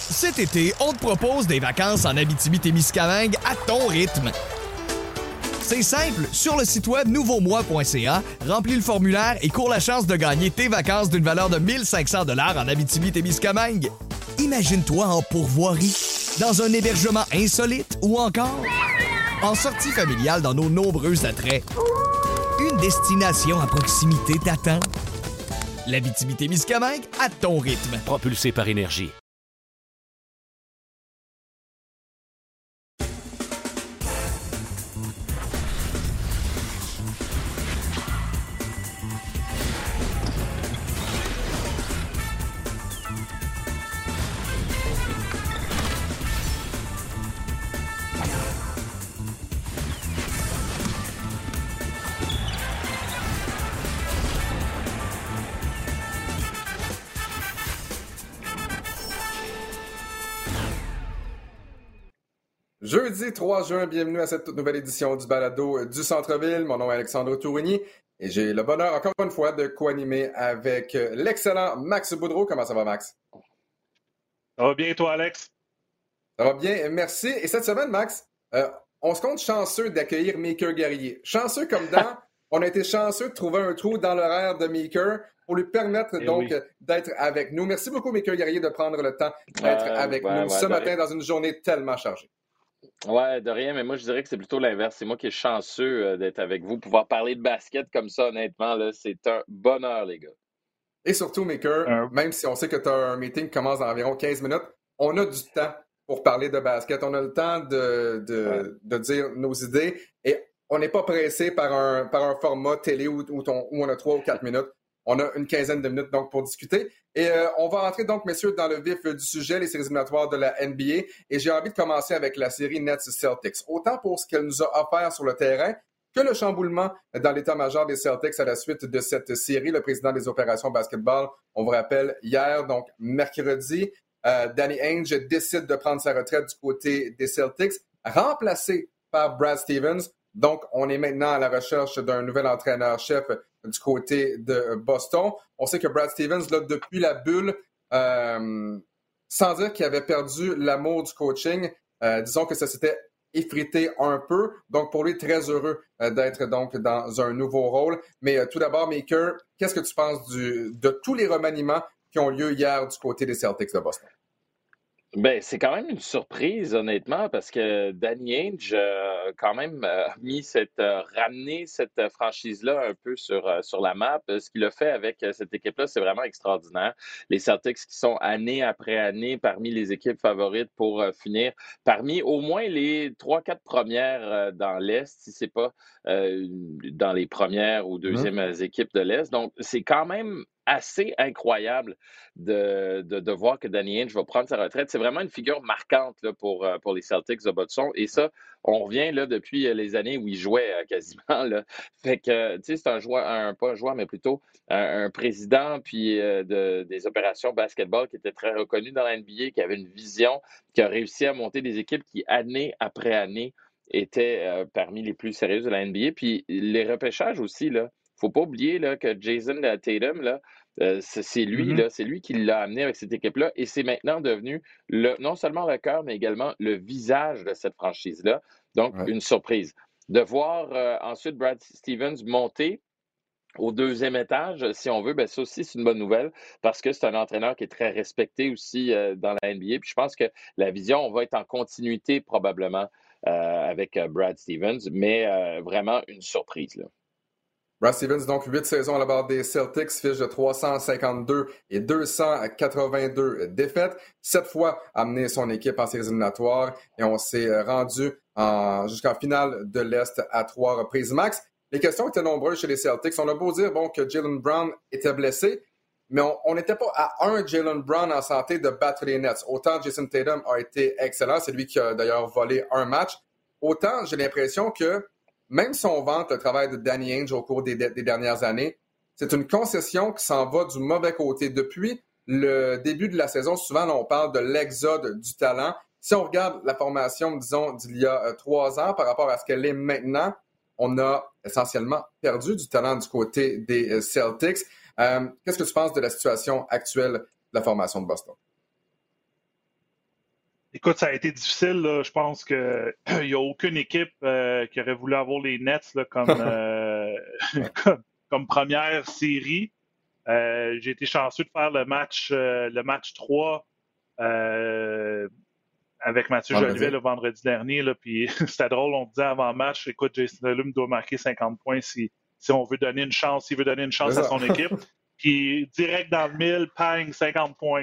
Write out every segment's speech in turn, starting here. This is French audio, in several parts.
Cet été, on te propose des vacances en Abitibi-Témiscamingue à ton rythme. C'est simple, sur le site web nouveaumois.ca, remplis le formulaire et cours la chance de gagner tes vacances d'une valeur de 1 500 $ en Abitibi-Témiscamingue. Imagine-toi en pourvoirie, dans un hébergement insolite ou encore en sortie familiale dans nos nombreux attraits. Une destination à proximité t'attend. L'Abitibi-Témiscamingue à ton rythme. Propulsé par Énergie. Jeudi 3 juin, bienvenue à cette toute nouvelle édition du Balado du Centre-Ville. Mon nom est Alexandre Tourigny et j'ai le bonheur, encore une fois, de co-animer avec l'excellent Max Boudreau. Comment ça va, Max? Ça va bien, toi, Alex? Ça va bien, merci. Et cette semaine, Max, on se compte chanceux d'accueillir Maker Guerrier. Chanceux comme dans, on a été chanceux de trouver un trou dans l'horaire de Maker pour lui permettre d'être avec nous. Merci beaucoup, Maker Guerrier, de prendre le temps d'être avec nous ce matin dans une journée tellement chargée. Ouais, de rien, mais moi, je dirais que c'est plutôt l'inverse. C'est moi qui est chanceux d'être avec vous. Pouvoir parler de basket comme ça, honnêtement, là, c'est un bonheur, les gars. Et surtout, Maker, même si on sait que tu as un meeting qui commence dans environ 15 minutes, on a du temps pour parler de basket. On a le temps de dire nos idées et on n'est pas pressé par un format télé où on a 3 ou 4 minutes. On a une quinzaine de minutes donc pour discuter. Et on va entrer donc, messieurs, dans le vif du sujet, les séries éliminatoires de la NBA. Et j'ai envie de commencer avec la série Nets-Celtics. Autant pour ce qu'elle nous a offert sur le terrain que le chamboulement dans l'état-major des Celtics à la suite de cette série. Le président des opérations basketball, on vous rappelle, hier, donc mercredi, Danny Ainge décide de prendre sa retraite du côté des Celtics, remplacé par Brad Stevens. Donc, on est maintenant à la recherche d'un nouvel entraîneur-chef du côté de Boston. On sait que Brad Stevens, là, depuis la bulle, sans dire qu'il avait perdu l'amour du coaching, disons que ça s'était effrité un peu. Donc, pour lui, très heureux d'être donc dans un nouveau rôle. Mais tout d'abord, Maker, qu'est-ce que tu penses de tous les remaniements qui ont lieu hier du côté des Celtics de Boston? Ben, c'est quand même une surprise, honnêtement, parce que Danny Ainge a quand même ramené cette franchise-là un peu sur la map. Ce qu'il a fait avec cette équipe-là, c'est vraiment extraordinaire. Les Celtics qui sont année après année parmi les équipes favorites pour finir parmi au moins les 3-4 premières dans l'Est, si c'est pas dans les premières ou deuxièmes équipes de l'Est. Donc, c'est quand même assez incroyable de voir que Danny Ainge va prendre sa retraite. C'est vraiment une figure marquante là, pour les Celtics de Boston. Et ça, on revient là, depuis les années où il jouait quasiment. Là. Fait que, tu sais, c'est un joueur, pas un joueur, mais plutôt un président puis des opérations basketball qui était très reconnu dans la NBA, qui avait une vision, qui a réussi à monter des équipes qui, année après année, étaient parmi les plus sérieuses de la NBA. Puis les repêchages aussi, là. Faut pas oublier là, que Jason Tatum, là, c'est lui, là, c'est lui qui l'a amené avec cette équipe-là et c'est maintenant devenu non seulement le cœur, mais également le visage de cette franchise-là. Donc, une surprise. De voir ensuite Brad Stevens monter au deuxième étage, si on veut, ben ça aussi, c'est une bonne nouvelle parce que c'est un entraîneur qui est très respecté aussi dans la NBA. Puis je pense que la vision, on va être en continuité probablement avec Brad Stevens, mais vraiment une surprise, là. Brad Stevens, donc 8 saisons à la barre des Celtics, fiche de 352 et 282 défaites. 7 fois amené son équipe en séries éliminatoires et on s'est rendu jusqu'en finale de l'Est à 3 reprises. Max, les questions étaient nombreuses chez les Celtics. On a beau dire que Jaylen Brown était blessé, mais on n'était pas à un Jaylen Brown en santé de battre les Nets. Autant Jason Tatum a été excellent, c'est lui qui a d'ailleurs volé un match. Autant j'ai l'impression que même si on vante le travail de Danny Ainge au cours des dernières années, c'est une concession qui s'en va du mauvais côté. Depuis le début de la saison, souvent, là, on parle de l'exode du talent. Si on regarde la formation, disons, d'il y a 3 ans par rapport à ce qu'elle est maintenant, on a essentiellement perdu du talent du côté des Celtics. Qu'est-ce que tu penses de la situation actuelle de la formation de Boston? Écoute, ça a été difficile. Là. Je pense qu'il n'y a aucune équipe qui aurait voulu avoir les Nets là, comme première série. J'ai été chanceux de faire le match 3 avec Mathieu Jolivet le vendredi dernier. Là, puis c'était drôle, on disait avant le match, écoute, Jason Tatum doit marquer 50 points si on veut donner une chance, s'il veut donner une chance à son équipe. Puis direct dans le mille, pang, 50 points.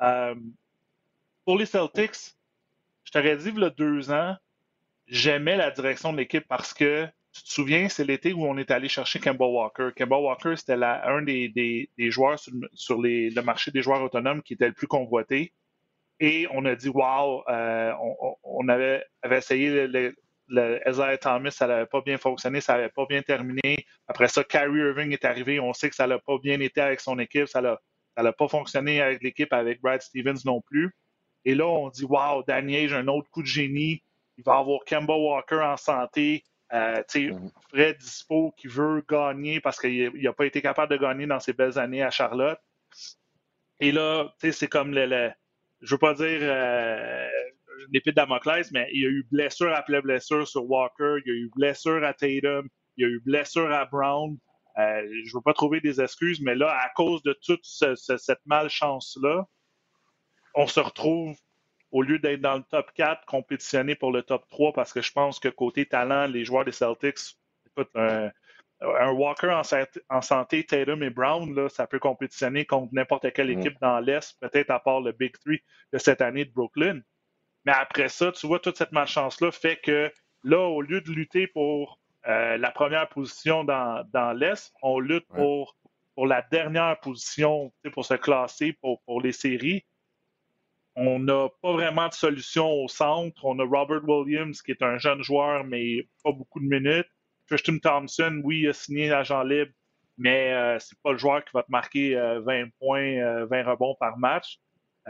Pour les Celtics, je t'aurais dit, il y a 2 ans, j'aimais la direction de l'équipe parce que, tu te souviens, c'est l'été où on est allé chercher Kemba Walker. Kemba Walker, c'était un des joueurs sur le marché des joueurs autonomes qui était le plus convoité. Et on a dit, wow, on avait essayé le Isaiah Thomas, ça n'avait pas bien fonctionné, ça n'avait pas bien terminé. Après ça, Kyrie Irving est arrivé, on sait que ça n'a pas bien été avec son équipe, ça n'a pas fonctionné avec l'équipe, avec Brad Stevens non plus. Et là, on dit, wow, Danny Ainge, un autre coup de génie, il va avoir Kemba Walker en santé, Fred dispo qui veut gagner parce qu'il n'a pas été capable de gagner dans ses belles années à Charlotte. Et là, c'est comme je veux pas dire l'épée de Damoclès, mais il y a eu blessure après blessure sur Walker, il y a eu blessure à Tatum, il y a eu blessure à Brown. Je veux pas trouver des excuses, mais là, à cause de toute cette malchance-là, on se retrouve, au lieu d'être dans le top 4, compétitionné pour le top 3, parce que je pense que côté talent, les joueurs des Celtics, écoute, un Walker en santé, Tatum et Brown, là, ça peut compétitionner contre n'importe quelle équipe dans l'Est, peut-être à part le Big Three de cette année de Brooklyn. Mais après ça, tu vois, toute cette malchance-là fait que là, au lieu de lutter pour la première position dans l'Est, on lutte pour la dernière position, pour se classer pour les séries. On n'a pas vraiment de solution au centre. On a Robert Williams, qui est un jeune joueur, mais pas beaucoup de minutes. Tristan Thompson, oui, il a signé l'agent libre, mais c'est pas le joueur qui va te marquer 20 points, 20 rebonds par match.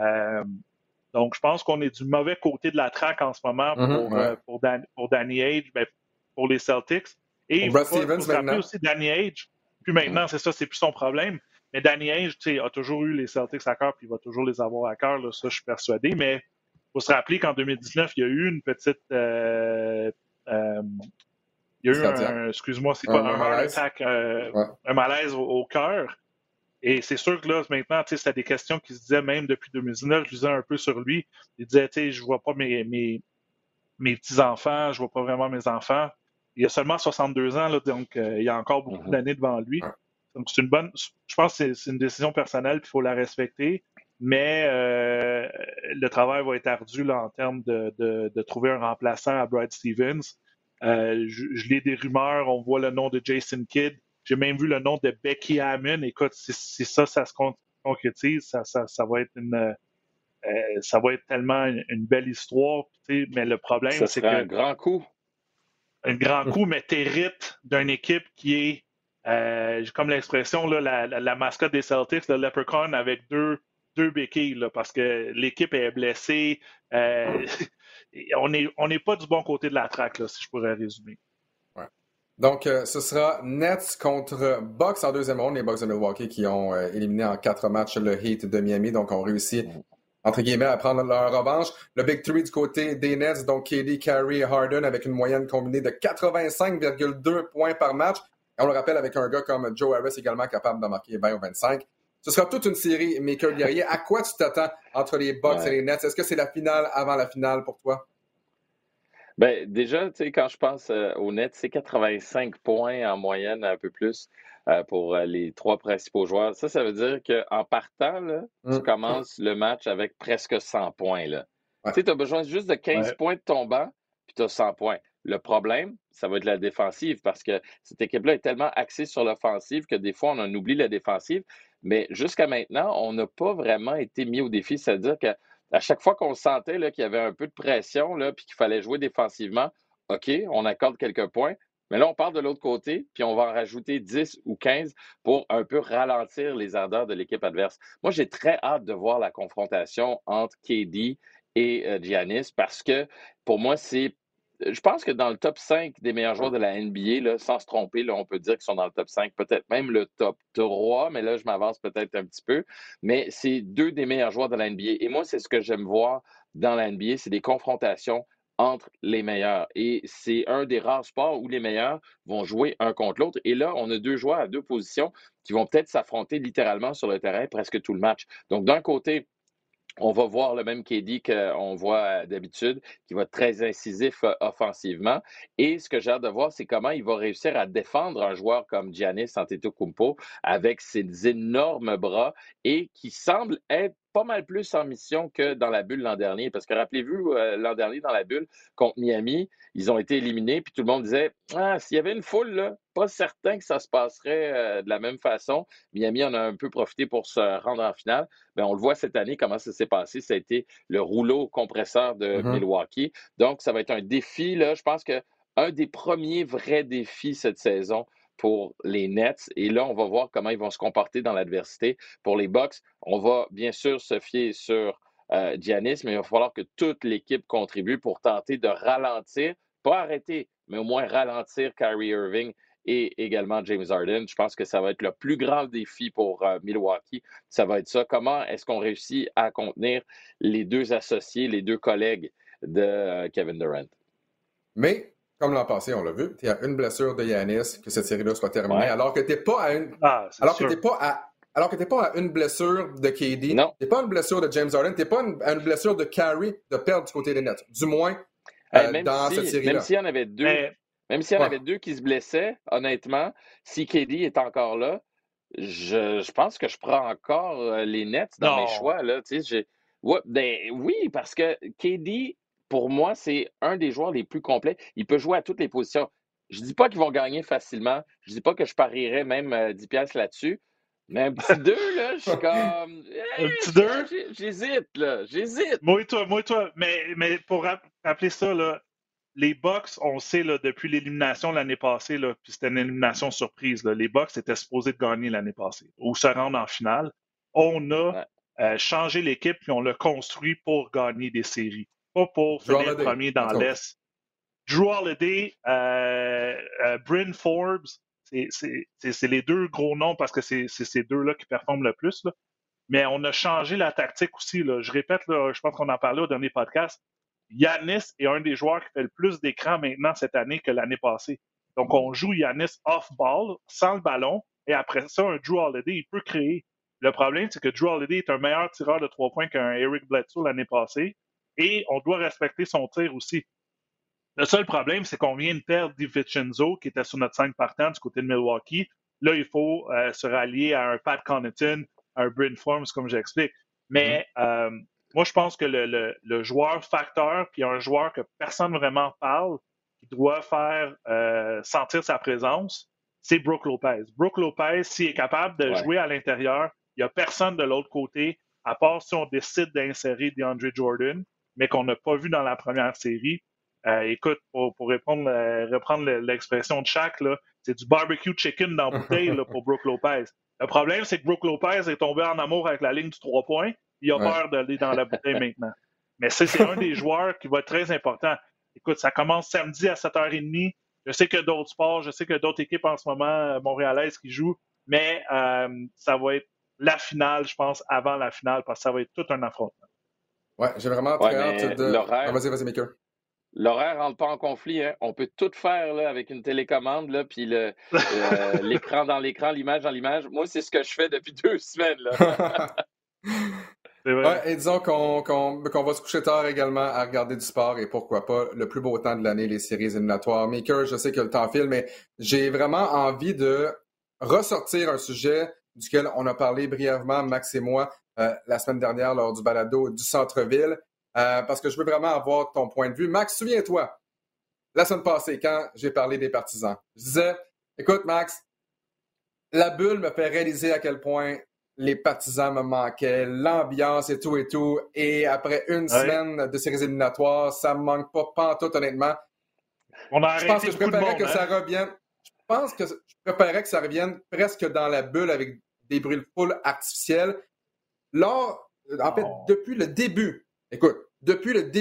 Donc, je pense qu'on est du mauvais côté de la traque en ce moment pour Danny Ainge, pour les Celtics. Et il faut se rappeler aussi Danny Ainge. Puis maintenant, c'est ça, c'est plus son problème. Mais Danny Ainge a toujours eu les Celtics à cœur, puis il va toujours les avoir à cœur, là, ça, je suis persuadé. Mais il faut se rappeler qu'en 2019, il y a eu une petite... il y a eu excuse-moi, c'est quoi, un malaise, un malaise au cœur. Et c'est sûr que là, maintenant, c'était des questions qui se disaient même depuis 2019, je lisais un peu sur lui. Il disait, je vois pas mes petits-enfants, je vois pas vraiment mes enfants. Il a seulement 62 ans, là, donc il y a encore beaucoup d'années devant lui. Donc, c'est une bonne. Je pense que c'est une décision personnelle, puis il faut la respecter. Mais le travail va être ardu là, en termes de trouver un remplaçant à Brad Stevens. Je lis des rumeurs, on voit le nom de Jason Kidd. J'ai même vu le nom de Becky Hammon. Écoute, si ça se concrétise, ça va être ça va être tellement une belle histoire. Mais le problème, c'est que un grand coup. Un grand coup, mais t'hérites d'une équipe qui est comme l'expression, là, la mascotte des Celtics, le Leprechaun avec deux béquilles, là, parce que l'équipe est blessée. On n'est pas du bon côté de la traque, là, si je pourrais résumer. Ouais. Donc, ce sera Nets contre Bucks en deuxième ronde, les Bucks de Milwaukee qui ont éliminé en 4 matchs le Heat de Miami, donc ont réussi, entre guillemets, à prendre leur revanche. Le Big Three du côté des Nets, donc KD, Kyrie et Harden, avec une moyenne combinée de 85,2 points par match. Et on le rappelle avec un gars comme Joe Harris également capable d'en marquer 20 ou 25. Ce sera toute une série, Maker Guerrier. À quoi tu t'attends entre les Bucks et les Nets? Est-ce que c'est la finale avant la finale pour toi? Ben, déjà, quand je pense aux Nets, c'est 85 points en moyenne, un peu plus, pour les 3 principaux joueurs. Ça veut dire qu'en partant, là, tu commences le match avec presque 100 points. Là. Tu as besoin juste de 15 points de ton banc, puis tu as 100 points. Le problème, ça va être la défensive, parce que cette équipe-là est tellement axée sur l'offensive que des fois, on en oublie la défensive. Mais jusqu'à maintenant, on n'a pas vraiment été mis au défi. C'est-à-dire que à chaque fois qu'on sentait là, qu'il y avait un peu de pression là, puis qu'il fallait jouer défensivement, OK, on accorde quelques points. Mais là, on part de l'autre côté, puis on va en rajouter 10 ou 15 pour un peu ralentir les ardeurs de l'équipe adverse. Moi, j'ai très hâte de voir la confrontation entre KD et Giannis parce que pour moi, c'est je pense que dans le top 5 des meilleurs joueurs de la NBA, là, sans se tromper, là, on peut dire qu'ils sont dans le top 5, peut-être même le top 3, mais là, je m'avance peut-être un petit peu. Mais c'est 2 des meilleurs joueurs de la NBA. Et moi, c'est ce que j'aime voir dans la NBA, c'est des confrontations entre les meilleurs. Et c'est un des rares sports où les meilleurs vont jouer un contre l'autre. Et là, on a 2 joueurs à 2 positions qui vont peut-être s'affronter littéralement sur le terrain presque tout le match. Donc, d'un côté, on va voir le même KD qu'on voit d'habitude, qui va être très incisif offensivement. Et ce que j'ai hâte de voir, c'est comment il va réussir à défendre un joueur comme Giannis Antetokounmpo avec ses énormes bras et qui semble être pas mal plus en mission que dans la bulle l'an dernier. Parce que rappelez-vous, l'an dernier, dans la bulle, contre Miami, ils ont été éliminés, puis tout le monde disait « Ah, s'il y avait une foule, là, pas certain que ça se passerait de la même façon. » Miami en a un peu profité pour se rendre en finale. Bien, on le voit cette année, comment ça s'est passé. Ça a été le rouleau compresseur de Milwaukee. Donc, ça va être un défi, là. Je pense qu'un des premiers vrais défis cette saison pour les Nets. Et là, on va voir comment ils vont se comporter dans l'adversité. Pour les Bucks, on va bien sûr se fier sur Giannis, mais il va falloir que toute l'équipe contribue pour tenter de ralentir, pas arrêter, mais au moins ralentir Kyrie Irving et également James Harden. Je pense que ça va être le plus grand défi pour Milwaukee. Ça va être ça. Comment est-ce qu'on réussit à contenir les 2 associés, les 2 collègues de Kevin Durant? Mais, comme l'an passé, on l'a vu, tu es à une blessure de Giannis que cette série-là soit terminée, alors que tu n'es pas à une... alors que tu n'es pas à une blessure de KD, tu n'es pas à une blessure de James Harden, tu n'es pas à une blessure de Kyrie de perdre du côté des Nets. Du moins, dans cette série-là. Même s'il y en avait 2... Même s'il y en avait 2 qui se blessaient, honnêtement, si KD est encore là, je pense que je prends encore les Nets dans mes choix. Là. Oui, parce que KD, pour moi, c'est un des joueurs les plus complets. Il peut jouer à toutes les positions. Je ne dis pas qu'ils vont gagner facilement. Je ne dis pas que je parierais même 10$ là-dessus. Mais un petit 2, là, je suis comme... Un petit 2? J'hésite, là. J'hésite. Moi et toi. Mais pour rappeler ça, là, les Bucks, on le sait, là, depuis l'élimination l'année passée, là, puis c'était une élimination surprise. Là, les Bucks étaient supposés de gagner l'année passée ou se rendre en finale. On a changé l'équipe puis on l'a construit pour gagner des séries, pas pour finir premier dans l'Est. Drew Holiday, Bryn Forbes, c'est les 2 gros noms parce que c'est ces 2-là qui performent le plus. Là. Mais on a changé la tactique aussi. Là. Je répète, là, je pense qu'on en parlait au dernier podcast. Giannis est un des joueurs qui fait le plus d'écran maintenant cette année que l'année passée. Donc, on joue Giannis off-ball, sans le ballon, et après ça, un Drew Holiday, il peut créer. Le problème, c'est que Drew Holiday est un meilleur tireur de 3 points qu'un Eric Bledsoe l'année passée, et on doit respecter son tir aussi. Le seul problème, c'est qu'on vient de perdre DiVincenzo, qui était sur notre 5 partant du côté de Milwaukee. Là, il faut se rallier à un Pat Connaughton, à un Bryn Forbes, comme j'explique. Mais... moi, je pense que le joueur facteur, puis un joueur que personne vraiment parle, qui doit faire sentir sa présence, c'est Brook Lopez. Brook Lopez, s'il est capable de jouer à l'intérieur, il n'y a personne de l'autre côté, à part si on décide d'insérer DeAndre Jordan, mais qu'on n'a pas vu dans la première série. Écoute, pour reprendre l'expression de Shaq, là, c'est du barbecue chicken dans la bouteille là, pour Brook Lopez. Le problème, c'est que Brook Lopez est tombé en amour avec la ligne du 3 points. Il a peur d'aller dans la bouteille maintenant. Mais c'est un des joueurs qui va être très important. Écoute, ça commence samedi à 7h30. Je sais qu'il y a d'autres sports, je sais qu'il y a d'autres équipes en ce moment montréalaises qui jouent, mais ça va être la finale, je pense, avant la finale, parce que ça va être tout un affrontement. Ouais, j'ai vraiment très hâte de... L'horaire... Vas-y, Maker. L'horaire rentre pas en conflit. Hein. On peut tout faire là, avec une télécommande, là, puis l'écran dans l'écran, l'image dans l'image. Moi, c'est ce que je fais depuis 2 semaines. Là. Et disons qu'on va se coucher tard également à regarder du sport et pourquoi pas le plus beau temps de l'année, les séries éliminatoires. Maker, je sais que le temps file, mais j'ai vraiment envie de ressortir un sujet duquel on a parlé brièvement, Max et moi, la semaine dernière lors du balado du Centre-Ville, parce que je veux vraiment avoir ton point de vue. Max, souviens-toi, la semaine passée, quand j'ai parlé des partisans, je disais, écoute Max, la bulle me fait réaliser à quel point les partisans me manquaient, l'ambiance et tout. Et après une semaine de séries éliminatoires, ça me manque pas pantoute, honnêtement. Je pense que je préférerais que ça revienne. Je pense que je préférerais que ça revienne presque dans la bulle avec des bruits de foule artificiels. Depuis le début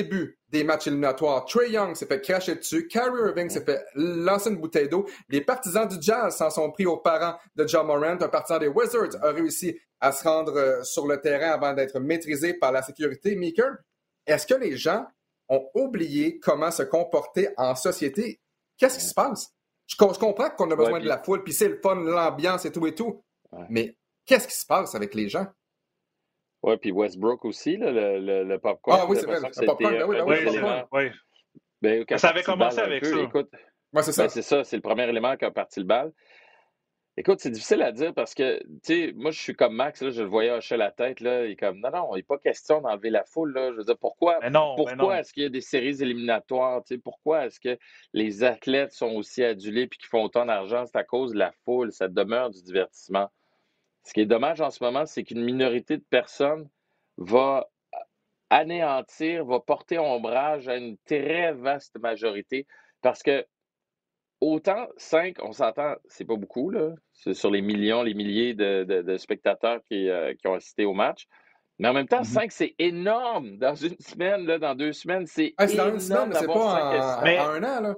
des matchs éliminatoires. Trae Young s'est fait cracher dessus. Kyrie Irving s'est fait lancer une bouteille d'eau. Les partisans du Jazz s'en sont pris aux parents de Ja Morant. Un partisan des Wizards a réussi à se rendre sur le terrain avant d'être maîtrisé par la sécurité. Meeker, est-ce que les gens ont oublié comment se comporter en société? Qu'est-ce qui se passe? Je comprends qu'on a besoin de la foule, puis c'est le fun, l'ambiance et tout et tout. Ouais. Mais qu'est-ce qui se passe avec les gens? Oui, puis Westbrook aussi, là, le popcorn. Ah oui, c'est vrai. Le popcorn, oui. Ça avait commencé avec ça. Écoute, c'est ça. C'est ça, c'est le premier élément qui a parti le bal. Écoute, c'est difficile à dire parce que, tu sais, moi, je suis comme Max, là, je le voyais hocher la tête, là, il est comme, non, il n'est pas question d'enlever la foule, là. Je veux dire, pourquoi est-ce qu'il y a des séries éliminatoires, tu sais, pourquoi est-ce que les athlètes sont aussi adulés puis qu'ils font autant d'argent? C'est à cause de la foule, ça demeure du divertissement. Ce qui est dommage en ce moment, c'est qu'une minorité de personnes va anéantir, va porter ombrage à une très vaste majorité parce que autant 5, on s'entend, c'est pas beaucoup, là. C'est sur les millions, les milliers de spectateurs qui ont assisté au match. Mais en même temps, 5, c'est énorme. Dans une semaine, là, dans 2 semaines, c'est énorme. Dans une semaine, c'est pas en un an, là.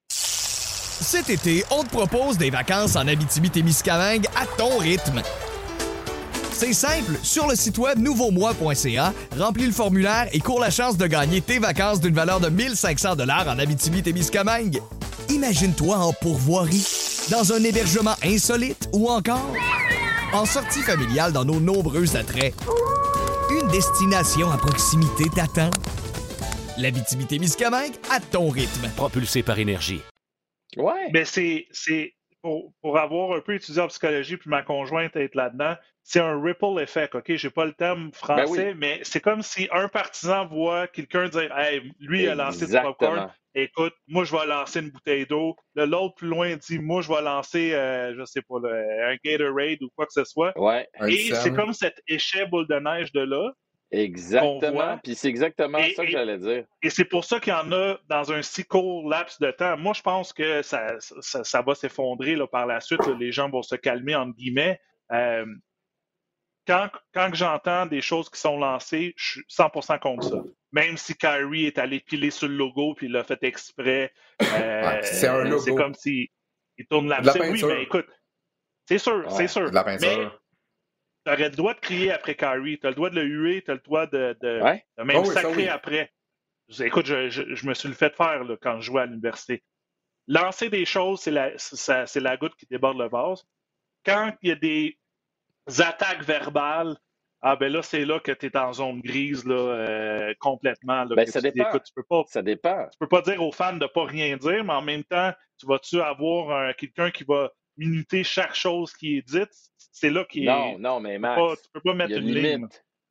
Cet été, on te propose des vacances en Abitibi-Témiscamingue à ton rythme. C'est simple, sur le site web nouveaumois.ca, remplis le formulaire et cours la chance de gagner tes vacances d'une valeur de 1 500 $ en Abitibi-Témiscamingue. Imagine-toi en pourvoirie, dans un hébergement insolite ou encore en sortie familiale dans nos nombreux attraits. Une destination à proximité t'attend. L'Abitibi-Témiscamingue à ton rythme. Propulsé par Énergie. Ouais. Mais c'est pour avoir un peu étudié en psychologie puis ma conjointe être là-dedans, c'est un ripple effect, OK? J'ai pas le terme français, mais c'est comme si un partisan voit quelqu'un dire « Hey, lui, il a lancé du popcorn. Écoute, moi, je vais lancer une bouteille d'eau. » L'autre, plus loin, dit « Moi, je vais lancer, je sais pas, un Gatorade ou quoi que ce soit. » Ouais. Et c'est comme cet échec boule de neige de là. Exactement. Puis c'est exactement ça que j'allais dire. Et c'est pour ça qu'il y en a dans un si court laps de temps. Moi, je pense que ça va s'effondrer là, par la suite. Là, les gens vont se calmer, entre guillemets. Quand j'entends des choses qui sont lancées, je suis 100% contre ça. Même si Kyrie est allé piler sur le logo puis il l'a fait exprès. C'est un logo. C'est comme s'il tourne la peinture. Oui, mais écoute, c'est sûr, c'est sûr. De la peinture. Mais tu aurais le droit de crier après Kyrie, tu as le droit de le huer, tu as le droit de même sacrer après. Écoute, je me suis le fait faire là, quand je jouais à l'université. Lancer des choses, c'est la goutte qui déborde le vase. Quand il y a des attaques verbales, ben là, c'est là que tu es en zone grise là, complètement. Là, ça dépend. Écoute, ça dépend. Tu peux pas dire aux fans de pas rien dire, mais en même temps, tu vas-tu avoir quelqu'un qui va minuter chaque chose qui est dite? C'est là qu'il est. Non, mais Max, tu peux pas mettre une ligne.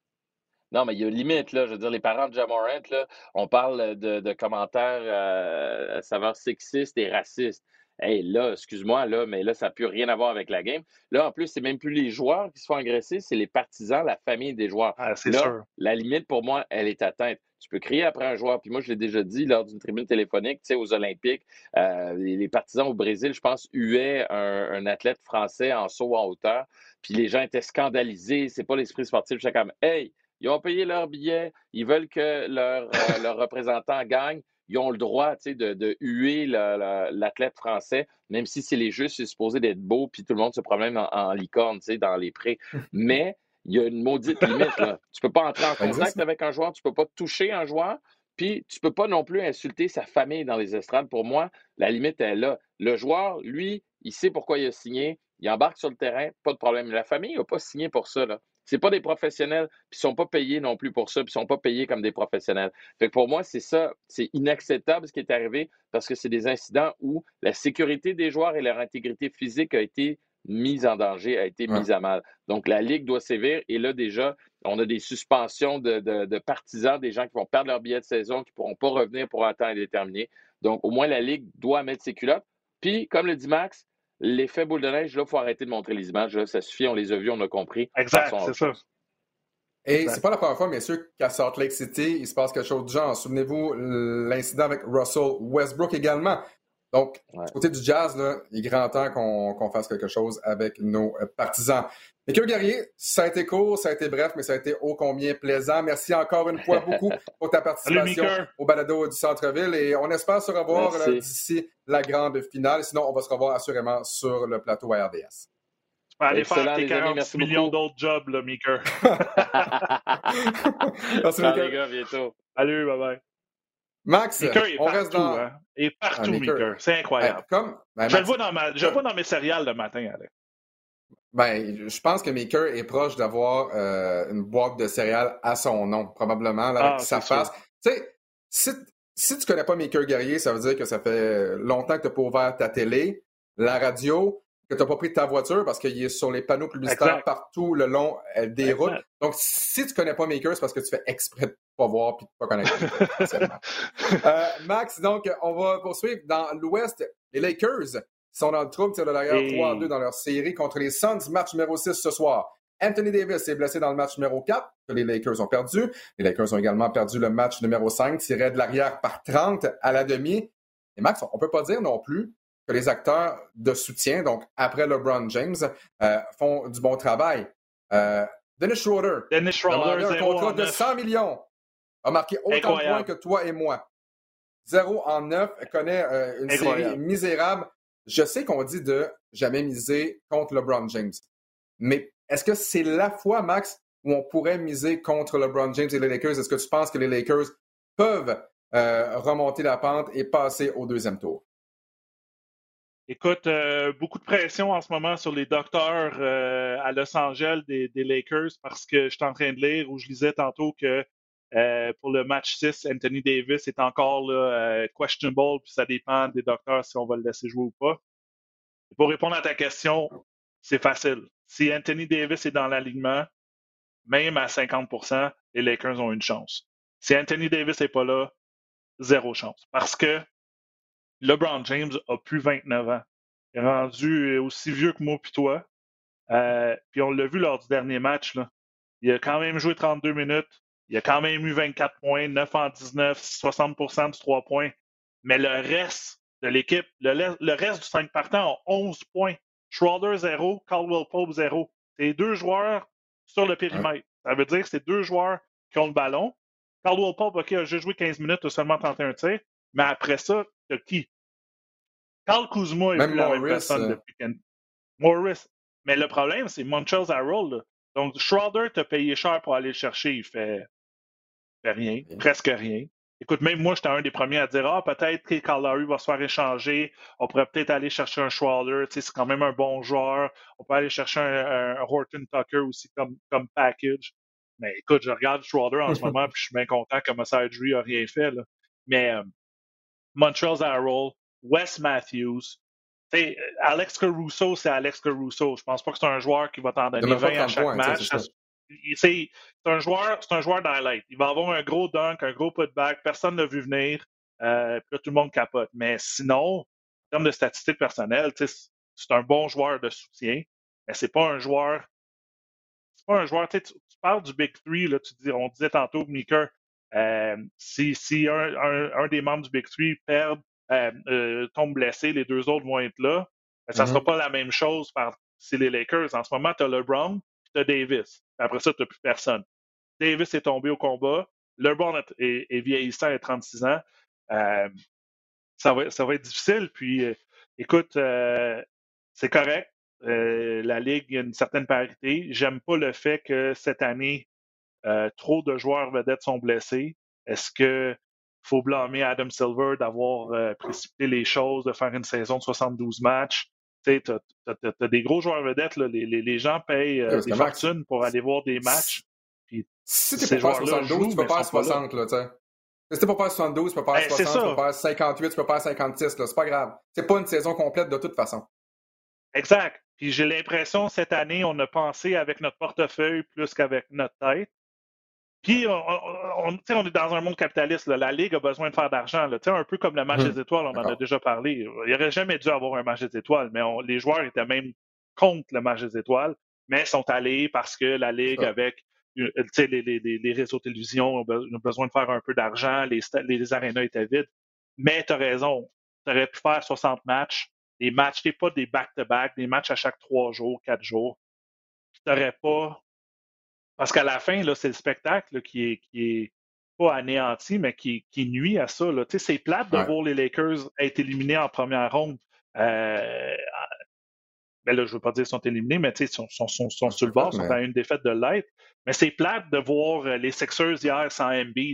Non, mais il y a une limite, là. Je veux dire, les parents de Ja Morant, là, on parle de commentaires à saveur sexiste et raciste. Hey, là, excuse-moi, là, mais là, ça n'a plus rien à voir avec la game. Là, en plus, c'est même plus les joueurs qui se font agresser, c'est les partisans, la famille des joueurs. C'est là, sûr. La limite, pour moi, elle est atteinte. Tu peux crier après un joueur. Puis moi, je l'ai déjà dit lors d'une tribune téléphonique, tu sais, aux Olympiques, les partisans au Brésil, je pense, huaient un athlète français en saut en hauteur. Puis les gens étaient scandalisés. C'est pas l'esprit sportif. J'étais comme, hey, ils ont payé leur billet. Ils veulent que leur représentant gagne. Ils ont le droit, tu sais, de huer l'athlète français, même si c'est les jeux, c'est supposé d'être beau, puis tout le monde se promène en licorne, tu sais, dans les prés. Mais il y a une maudite limite, là. Tu peux pas entrer en contact avec un joueur, tu peux pas toucher un joueur, puis tu peux pas non plus insulter sa famille dans les estrades. Pour moi, la limite est là. Le joueur, lui, il sait pourquoi il a signé, il embarque sur le terrain, pas de problème. La famille n'a pas signé pour ça, là. C'est pas des professionnels, puis ils sont pas payés non plus pour ça, puis ils sont pas payés comme des professionnels. Fait que pour moi, c'est ça, c'est inacceptable ce qui est arrivé parce que c'est des incidents où la sécurité des joueurs et leur intégrité physique a été mise en danger, a été mise à mal. Donc, la Ligue doit sévir et là, déjà, on a des suspensions de partisans, des gens qui vont perdre leur billet de saison, qui ne pourront pas revenir pour un temps indéterminé. Donc, au moins, la Ligue doit mettre ses culottes. Puis, comme le dit Max, l'effet boule de neige, là, il faut arrêter de montrer les images. Là, ça suffit, on les a vus, on a compris. Exact, c'est ça. Et c'est pas la première fois, messieurs, qu'à Salt Lake City, il se passe quelque chose du genre. Souvenez-vous, l'incident avec Russell Westbrook également. Donc, Ouais. du côté du Jazz, là, il est grand temps qu'on fasse quelque chose avec nos partisans. Michael Guerrier, ça a été court, ça a été bref, mais ça a été ô combien plaisant. Merci encore une fois beaucoup pour ta participation au balado du Centre-Ville et on espère se revoir d'ici la grande finale. Sinon, on va se revoir assurément sur le plateau à RDS. Tu peux aller faire tes 40 millions d'autres jobs, là, Mika. Merci, Mika. Les gars, bientôt. Salut, bye-bye. Max, on reste dans... Hein? Et partout, Mika. C'est incroyable. Je le vois dans mes céréales le matin, Alex. Ben, je pense que Maker est proche d'avoir une boîte de céréales à son nom, probablement, là, avec sa face. Tu sais, si tu connais pas Maker Guerrier, ça veut dire que ça fait longtemps que tu n'as pas ouvert ta télé, la radio, que tu n'as pas pris ta voiture parce qu'il est sur les panneaux publicitaires partout le long des routes. Donc, si tu connais pas Maker, c'est parce que tu fais exprès de pas voir et de pas connaître Maker. Max, donc, on va poursuivre. Dans l'Ouest, les Lakers sont dans le trouble, tirent de l'arrière 3-2 dans leur série contre les Suns, match numéro 6 ce soir. Anthony Davis est blessé dans le match numéro 4, que les Lakers ont perdu. Les Lakers ont également perdu le match numéro 5, tiré de l'arrière par 30 à la demi. Et Max, on ne peut pas dire non plus que les acteurs de soutien, donc après LeBron James, font du bon travail. Dennis Schroeder, demandé un contrat de 100 millions, a marqué autant de points que toi et moi. 0 en 9, connaît une série misérable. Je sais qu'on dit de jamais miser contre LeBron James, mais est-ce que c'est la fois, Max, où on pourrait miser contre LeBron James et les Lakers? Est-ce que tu penses que les Lakers peuvent remonter la pente et passer au deuxième tour? Écoute, beaucoup de pression en ce moment sur les docteurs à Los Angeles des Lakers parce que je suis en train de lire ou je lisais tantôt que pour le match 6, Anthony Davis est encore là, questionable, puis ça dépend des docteurs si on va le laisser jouer ou pas. Et pour répondre à ta question, c'est facile. Si Anthony Davis est dans l'alignement, même à 50%, les Lakers ont une chance. Si Anthony Davis n'est pas là, zéro chance. Parce que LeBron James a plus 29 ans. Il est rendu aussi vieux que moi puis toi. Puis on l'a vu lors du dernier match. Là. Il a quand même joué 32 minutes. Il a quand même eu 24 points, 9 en 19, 60% du 3 points. Mais le reste de l'équipe, le reste du 5 partants a 11 points. Schroeder 0, Caldwell Pope 0. C'est 2 joueurs sur le périmètre. Ça veut dire que c'est 2 joueurs qui ont le ballon. Caldwell Pope, OK, a juste joué 15 minutes, a seulement tenté un tir. Mais après ça, t'as qui? Carl Kuzma est plus la même personne depuis Morris. Mais le problème, c'est Montrezl Harrell. Là. Donc, Schroeder t'a payé cher pour aller le chercher. Il fait rien, presque rien. Écoute, même moi, j'étais un des premiers à dire peut-être que Kyle Lowry va se faire échanger. On pourrait peut-être aller chercher un Schroeder. C'est quand même un bon joueur. On peut aller chercher un Horton Tucker aussi comme package. Mais écoute, je regarde Schroeder en ce moment puis je suis bien content que Masai Ujiri n'a rien fait. Là. Mais Montrezl Harrell, Wes Matthews, Alex Caruso, c'est Alex Caruso. Je pense pas que c'est un joueur qui va t'en donner 20 à chaque match. C'est un joueur d'highlight. Il va avoir un gros dunk, un gros putback. Personne ne l'a vu venir. Puis là, tout le monde capote. Mais sinon, en termes de statistiques personnelles, c'est un bon joueur de soutien. Mais c'est pas un joueur. C'est pas un joueur. Tu parles du Big Three, là, on disait tantôt, Meeker, si un des membres du Big Three tombe blessé, les 2 autres vont être là. Ça ne sera pas la même chose si les Lakers. En ce moment, tu as LeBron et tu as Davis. Après ça, tu n'as plus personne. Davis est tombé au combat. LeBron est vieillissant à 36 ans. Ça va être difficile. Puis, écoute, c'est correct. La Ligue, il y a une certaine parité. J'aime pas le fait que cette année, trop de joueurs vedettes sont blessés. Est-ce qu'il faut blâmer Adam Silver d'avoir précipité les choses, de faire une saison de 72 matchs? Tu sais, t'as des gros joueurs vedettes. Là. Les gens payent des fortunes pour aller voir des matchs. Puis, si tu peux faire 72, tu peux faire 60. Là, si tu peux faire 72, tu peux faire 60, tu peux faire 58, tu peux faire 56. Là, c'est pas grave. C'est pas une saison complète de toute façon. Exact. Puis j'ai l'impression, cette année, on a pensé avec notre portefeuille plus qu'avec notre tête. Puis, on est dans un monde capitaliste. Là. La Ligue a besoin de faire d'argent. Là. Un peu comme le match des étoiles, on en a déjà parlé. Il n'aurait jamais dû avoir un match des étoiles, mais les joueurs étaient même contre le match des étoiles, mais sont allés parce que la Ligue, avec les réseaux de télévision, ont besoin de faire un peu d'argent, les arénas étaient vides. Mais tu as raison. tu aurais pu faire 60 matchs, des matchs, pas des back-to-back, des matchs à chaque 3 jours, 4 jours. Tu n'aurais pas. Parce qu'à la fin, là, c'est le spectacle là, qui est pas anéanti, mais qui nuit à ça. Là. C'est plate de voir les Lakers être éliminés en première ronde. Ben là, je ne veux pas dire qu'ils sont éliminés, mais ils sont sur le bord, sont à une défaite de l'être. Mais c'est plate de voir les Sixers hier sans Embiid.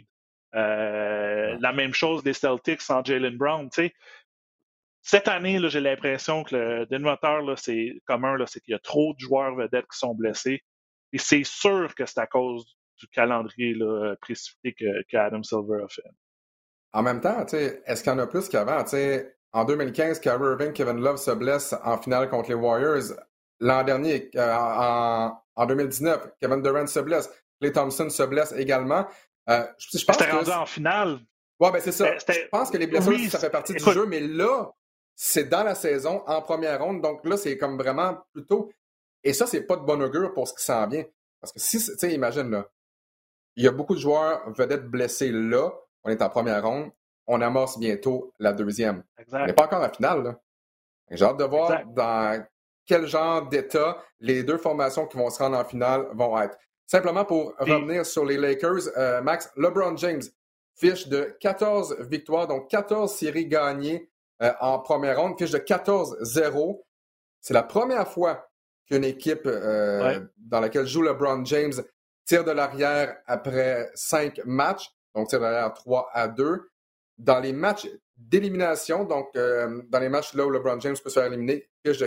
La même chose des Celtics sans Jaylen Brown. T'sais. Cette année, là, j'ai l'impression que le dénominateur, là, c'est commun, là, c'est qu'il y a trop de joueurs vedettes qui sont blessés. Et c'est sûr que c'est à cause du calendrier là, précipité qu'Adam Silver a fait. En même temps, est-ce qu'il y en a plus qu'avant? En 2015, Kyrie Irving, Kevin Love se blessent en finale contre les Warriors. L'an dernier, en 2019, Kevin Durant se blesse. Klay Thompson se blesse également. Je pense que rendu en finale. Ouais, ben c'est ça. Je pense que les blessures, ça fait partie du jeu, mais là, c'est dans la saison, en première ronde. Donc là, c'est comme vraiment plutôt... Et ça, c'est pas de bon augure pour ce qui s'en vient. Parce que si, tu sais, imagine, là, il y a beaucoup de joueurs vedettes blessés là. On est en première ronde. On amorce bientôt la deuxième. Exact. On n'est pas encore en finale, là. J'ai hâte de voir dans quel genre d'état les deux formations qui vont se rendre en finale vont être. Simplement pour revenir sur les Lakers, Max, LeBron James, fiche de 14 victoires, donc 14 séries gagnées en première ronde, fiche de 14-0. C'est la première fois qu'une équipe dans laquelle joue LeBron James tire de l'arrière après 5 matchs, donc tire de l'arrière 3-2. Dans les matchs d'élimination, donc dans les matchs là où LeBron James peut se faire éliminer, fiche de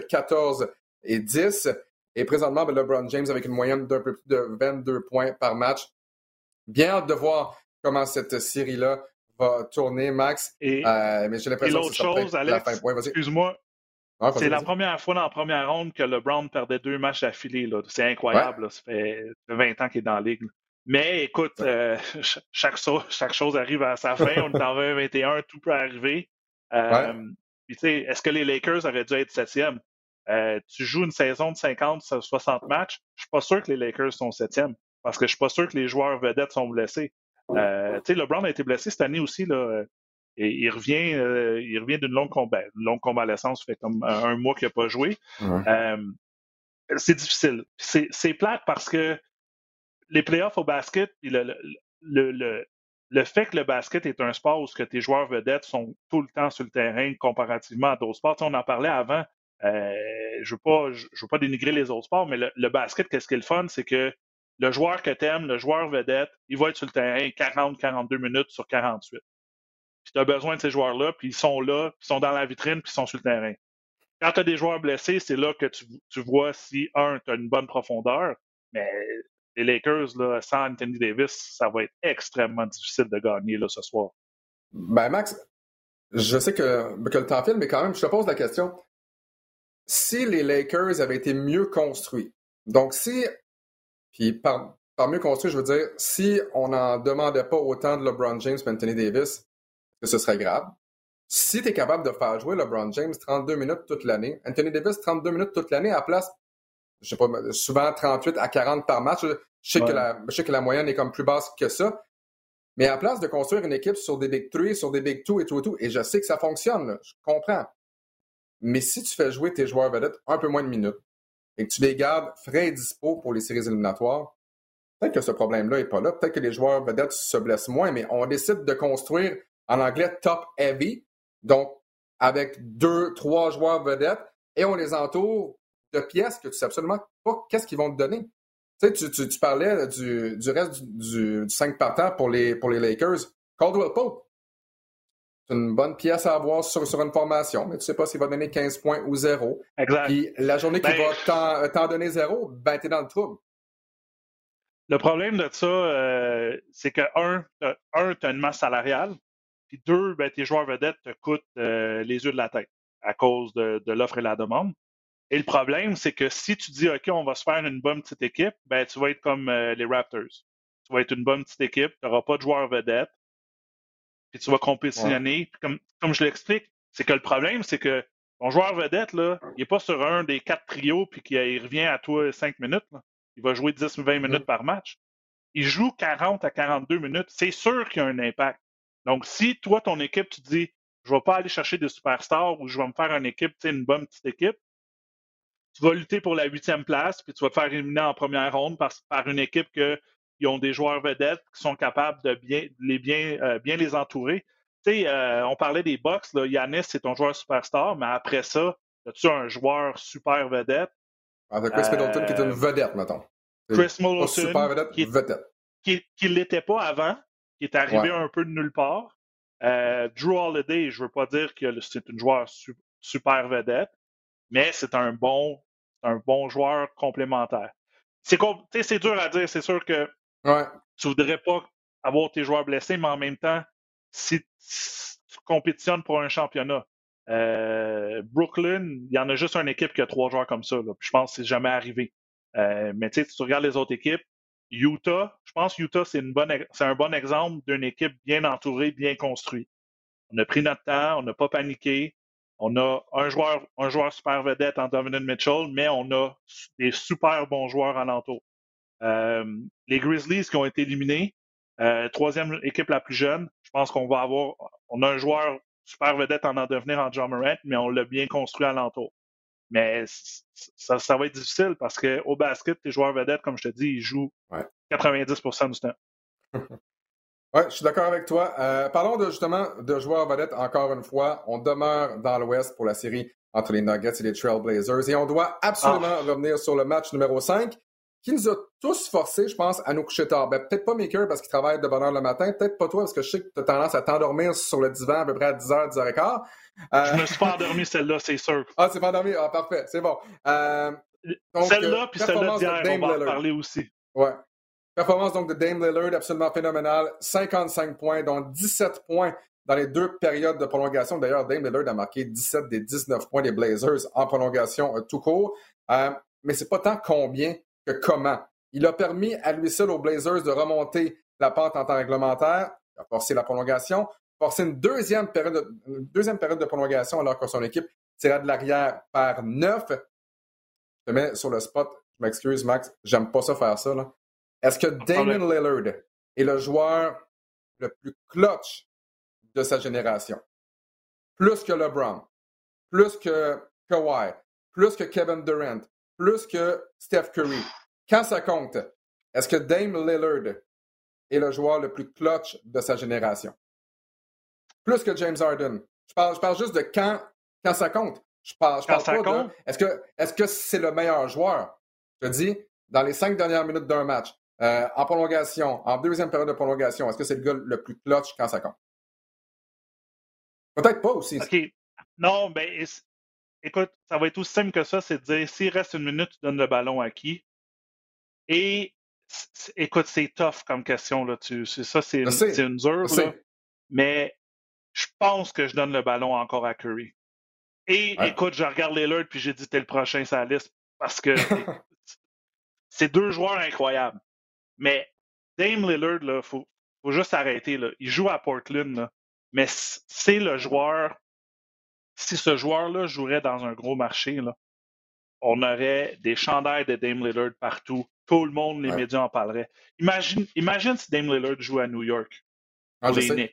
14-10. Et présentement, LeBron James avec une moyenne d'un peu plus de 22 points par match. Bien hâte de voir comment cette série-là va tourner, Max. Mais j'ai l'impression que c'est chose, Alex, la fin. Ouais, excuse-moi. C'est la première fois dans la première ronde que LeBron perdait 2 matchs d'affilée. C'est incroyable. Là. Ça fait 20 ans qu'il est dans la ligue. Là. Mais écoute, chaque chose arrive à sa fin. On est en 2021, tout peut arriver. Puis tu sais, est-ce que les Lakers auraient dû être 7e? Tu joues une saison de 50-60 matchs, je suis pas sûr que les Lakers sont 7e parce que je suis pas sûr que les joueurs vedettes sont blessés. Tu sais, LeBron a été blessé cette année aussi, là, et il revient d'une longue convalescence, fait comme un mois qu'il n'a pas joué. C'est difficile. C'est plate parce que les playoffs au basket, le fait que le basket est un sport où tes joueurs vedettes sont tout le temps sur le terrain comparativement à d'autres sports. Tu sais, on en parlait avant. Je veux pas dénigrer les autres sports, mais le basket, qu'est-ce qui est le fun, c'est que le joueur que t'aimes, le joueur vedette, il va être sur le terrain 40-42 minutes sur 48. Puis tu as besoin de ces joueurs-là, puis ils sont là, puis ils sont dans la vitrine, puis ils sont sur le terrain. Quand tu as des joueurs blessés, c'est là que tu vois si, tu as une bonne profondeur, mais les Lakers, là, sans Anthony Davis, ça va être extrêmement difficile de gagner là, ce soir. Ben Max, je sais que le temps file, mais quand même, je te pose la question. Si les Lakers avaient été mieux construits, donc puis par mieux construit, je veux dire, si on n'en demandait pas autant de LeBron James et Anthony Davis, que ce serait grave. Si tu es capable de faire jouer LeBron James 32 minutes toute l'année, Anthony Davis 32 minutes toute l'année à la place, je sais pas, souvent 38 à 40 par match, je sais que la moyenne est comme plus basse que ça, mais à la place de construire une équipe sur des Big 3, sur des Big 2 et tout, et je sais que ça fonctionne, là, je comprends. Mais si tu fais jouer tes joueurs vedettes un peu moins de minutes et que tu les gardes frais et dispo pour les séries éliminatoires, peut-être que ce problème-là n'est pas là. Peut-être que les joueurs vedettes se blessent moins, mais on décide de construire, en anglais, top heavy, donc avec 2-3 joueurs vedettes, et on les entoure de pièces que tu sais absolument pas qu'est-ce qu'ils vont te donner. Tu sais, tu parlais du reste du 5 partants pour les Lakers. Caldwell Pope. C'est une bonne pièce à avoir sur une formation, mais tu sais pas s'il va donner 15 points ou 0. Exact. Puis la journée qu'il va t'en donner 0, ben t'es dans le trouble. Le problème de ça, c'est que, t'as une masse salariale, puis 2, ben, tes joueurs vedettes te coûtent les yeux de la tête à cause de l'offre et la demande. Et le problème, c'est que si tu dis, OK, on va se faire une bonne petite équipe, ben, tu vas être comme les Raptors. Tu vas être une bonne petite équipe, tu n'auras pas de joueurs vedettes, puis tu vas compétitionner. Ouais. Comme je l'explique, c'est que le problème, c'est que ton joueur vedette, là, il n'est pas sur un des 4 trios puis qu'il revient à toi 5 minutes. Là. Il va jouer 10 ou 20 minutes par match. Il joue 40 à 42 minutes. C'est sûr qu'il y a un impact. Donc, si toi, ton équipe, tu dis, je je vais pas aller chercher des superstars ou je vais me faire une équipe, une bonne petite équipe. Tu vas lutter pour la 8e place, puis tu vas te faire éliminer en première ronde par une équipe qui ont des joueurs vedettes qui sont capables de bien les entourer. On parlait des Bucks, là, Giannis, c'est ton joueur superstar, mais après ça, as-tu un joueur super vedette? Chris Middleton qui est une vedette, mettons. Chris Middleton, super vedette, vedette. Qui l'était pas avant, qui est arrivé un peu de nulle part. Drew Holiday, je veux pas dire que c'est une joueur super vedette, mais c'est un bon joueur complémentaire. C'est dur à dire, c'est sûr que tu voudrais pas avoir tes joueurs blessés, mais en même temps, si tu compétitionnes pour un championnat, Brooklyn, il y en a juste une équipe qui a 3 joueurs comme ça. Là, puis je pense que c'est jamais arrivé. Mais si tu regardes les autres équipes, Utah, je pense que Utah, c'est un bon exemple d'une équipe bien entourée, bien construite. On a pris notre temps, on n'a pas paniqué. On a un joueur super vedette en Donovan Mitchell, mais on a des super bons joueurs alentour. Les Grizzlies qui ont été éliminés, 3e équipe la plus jeune, je pense on a un joueur super vedette en devenir en Ja Morant, mais on l'a bien construit alentour. Mais ça va être difficile parce qu'au basket, tes joueurs vedettes, comme je te dis, ils jouent 90% du temps. Oui, je suis d'accord avec toi. Parlons justement de joueurs vedettes encore une fois. On demeure dans l'Ouest pour la série entre les Nuggets et les Trailblazers et on doit absolument revenir sur le match numéro 5 qui nous a tous forcés, je pense, à nous coucher tard. Peut-être pas Maker parce qu'il travaille de bonne heure le matin, peut-être pas toi parce que je sais que tu as tendance à t'endormir sur le divan à peu près à 10h, 10h15. Je me suis pas endormi celle-là, c'est sûr. Ah, c'est pas endormi? Ah, parfait, c'est bon. Donc, celle-là, puis celle-là d'hier, on va en parler aussi. Ouais. Performance donc de Dame Lillard absolument phénoménale. 55 points, dont 17 points dans les 2 périodes de prolongation. D'ailleurs, Dame Lillard a marqué 17 des 19 points des Blazers en prolongation tout court. Mais c'est pas tant combien que comment. Il a permis à lui seul aux Blazers de remonter la pente en temps réglementaire, a forcé la prolongation, forcé une deuxième période de prolongation alors que son équipe tirait de l'arrière par 9. Je te mets sur le spot. Je m'excuse, Max. J'aime pas ça faire ça, là. Est-ce que Damian Lillard est le joueur le plus clutch de sa génération? Plus que LeBron, plus que Kawhi, plus que Kevin Durant, plus que Steph Curry. Quand ça compte, est-ce que Dame Lillard est le joueur le plus clutch de sa génération? Plus que James Harden. Je parle juste de quand ça compte. Je parle pas de... Est-ce que c'est le meilleur joueur? Je te dis, dans les 5 dernières minutes d'un match, en prolongation, en deuxième période de prolongation, est-ce que c'est le gars le plus clutch quand ça compte? Peut-être pas aussi. OK. Non, écoute, ça va être aussi simple que ça, c'est de dire, s'il reste 1 minute, tu donnes le ballon à qui? Et, écoute, c'est tough comme question, là. C'est une dure, là. Mais je pense que je donne le ballon encore à Curry. Et, écoute, je regarde Lillard, puis j'ai dit, t'es le prochain sur la liste, parce que c'est 2 joueurs incroyables. Mais Dame Lillard, il faut juste arrêter. Là. Il joue à Portland, là. Mais c'est le joueur. Si ce joueur-là jouerait dans un gros marché, là, on aurait des chandails de Dame Lillard partout. Tout le monde, les médias en parleraient. Imagine si Dame Lillard joue à New York pour les Knicks.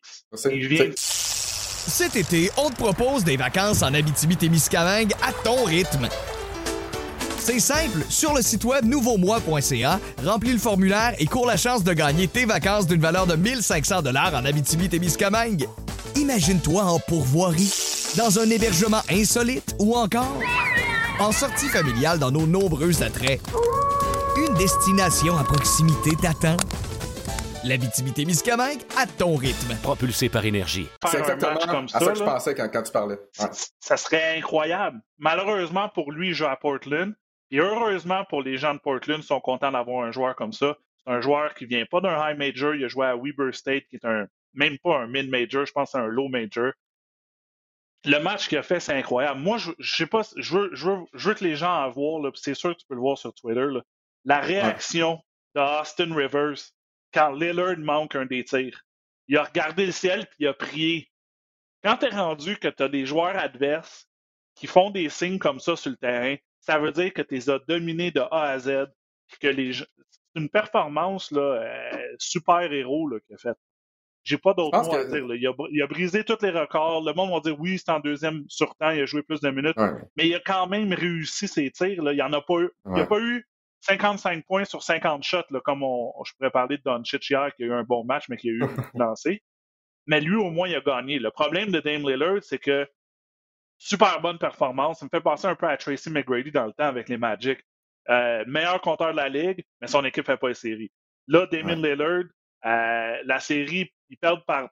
Cet été, on te propose des vacances en Abitibi-Témiscamingue à ton rythme. C'est simple, sur le site web nouveaumois.ca, remplis le formulaire et cours la chance de gagner tes vacances d'une valeur de 1 500 $ en Abitibi-Témiscamingue. Imagine-toi en pourvoirie, dans un hébergement insolite ou encore en sortie familiale dans nos nombreux attraits. Une destination à proximité t'attend. L'Abitibi-Témiscamingue à ton rythme. Propulsé par énergie. C'est exactement comme ça que je pensais quand tu parlais. Ouais. Ça serait incroyable. Malheureusement pour lui, il joue à Portland. Et heureusement pour les gens de Portland, ils sont contents d'avoir un joueur comme ça. C'est un joueur qui vient pas d'un high major. Il a joué à Weber State, qui est même pas un mid major. Je pense que c'est un low major. Le match qu'il a fait, c'est incroyable. Moi, je sais pas, je veux que les gens en voient, là, c'est sûr que tu peux le voir sur Twitter, là, la réaction d'Austin Rivers quand Lillard manque un des tirs. Il a regardé le ciel puis il a prié. Quand tu es rendu que tu as des joueurs adverses qui font des signes comme ça sur le terrain, ça veut dire que tu les as dominés de A à Z. Que c'est une performance là, super-héros là, qu'il a faite. J'ai pas Je d'autres pense mots à que. dire. Là. Il a brisé tous les records. Le monde va dire oui, c'est en deuxième sur temps, il a joué plus de minutes. Ouais, Mais il a quand même réussi ses tirs. Là. Il n'y a ouais. pas eu 55 points sur 50 shots, là, comme je pourrais parler de Doncic hier, qui a eu un bon match, mais qui a eu beaucoup de lancers. Mais lui, au moins, il a gagné. Le problème de Dame Lillard, c'est que super bonne performance. Ça me fait penser un peu à Tracy McGrady dans le temps avec les Magic. Meilleur compteur de la Ligue, mais son équipe ne fait pas les séries. Là, Damon Lillard, la série, ils perdent par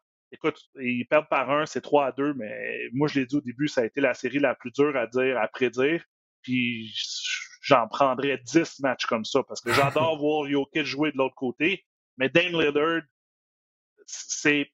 1, c'est 3-2, mais moi, je l'ai dit au début, ça a été la série la plus dure à prédire. Puis j'en prendrais 10 matchs comme ça, parce que j'adore voir Jokic jouer de l'autre côté, mais Dame Lillard, c'est